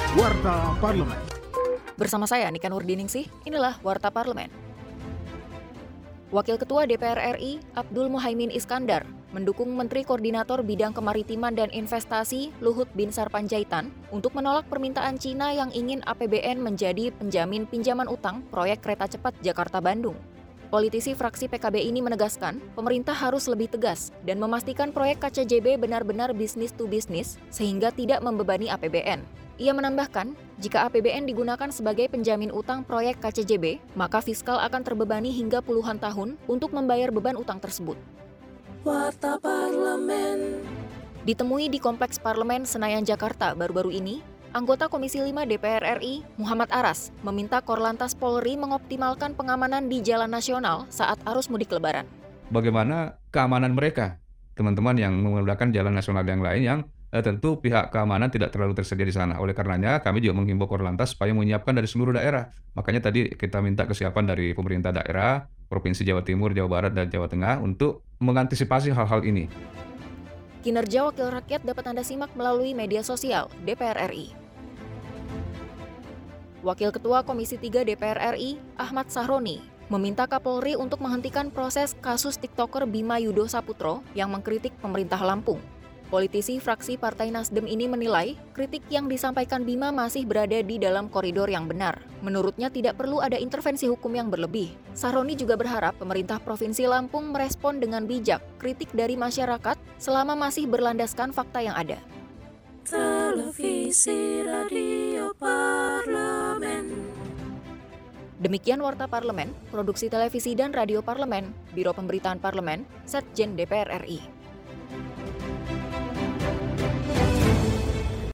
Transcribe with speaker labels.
Speaker 1: Warta Parlemen.
Speaker 2: Bersama saya, Nika Nurdiningsih, inilah Warta Parlemen. Wakil Ketua DPR RI, Abdul Muhaimin Iskandar, mendukung Menteri Koordinator Bidang Kemaritiman dan Investasi, Luhut Binsar Panjaitan, untuk menolak permintaan Cina yang ingin APBN menjadi penjamin pinjaman utang proyek kereta cepat Jakarta-Bandung. Politisi fraksi PKB ini menegaskan, pemerintah harus lebih tegas dan memastikan proyek KCJB benar-benar bisnis to bisnis sehingga tidak membebani APBN. Ia menambahkan, jika APBN digunakan sebagai penjamin utang proyek KCJB, maka fiskal akan terbebani hingga puluhan tahun untuk membayar beban utang tersebut.
Speaker 3: Warta Parlemen.
Speaker 2: Ditemui di Kompleks Parlemen Senayan, Jakarta baru-baru ini, anggota Komisi 5 DPR RI, Muhammad Aras, meminta Korlantas Polri mengoptimalkan pengamanan di jalan nasional saat arus mudik Lebaran.
Speaker 4: Bagaimana keamanan mereka, teman-teman yang menggunakan jalan nasional yang lain yang tentu pihak keamanan tidak terlalu tersedia di sana. Oleh karenanya, kami juga menghimbau Korlantas supaya menyiapkan dari seluruh daerah. Makanya tadi kita minta kesiapan dari pemerintah daerah, Provinsi Jawa Timur, Jawa Barat, dan Jawa Tengah untuk mengantisipasi hal-hal ini.
Speaker 2: Kinerja Wakil Rakyat dapat Anda simak melalui media sosial DPR RI. Wakil Ketua Komisi 3 DPR RI, Ahmad Sahroni, meminta Kapolri untuk menghentikan proses kasus TikToker Bima Yudo Saputro yang mengkritik pemerintah Lampung. Politisi fraksi Partai Nasdem ini menilai kritik yang disampaikan Bima masih berada di dalam koridor yang benar. Menurutnya tidak perlu ada intervensi hukum yang berlebih. Sahroni juga berharap pemerintah Provinsi Lampung merespon dengan bijak kritik dari masyarakat selama masih berlandaskan fakta yang ada.
Speaker 3: Televisi Radio Parlemen.
Speaker 2: Demikian Warta Parlemen, Produksi Televisi dan Radio Parlemen, Biro Pemberitaan Parlemen, Setjen DPR RI.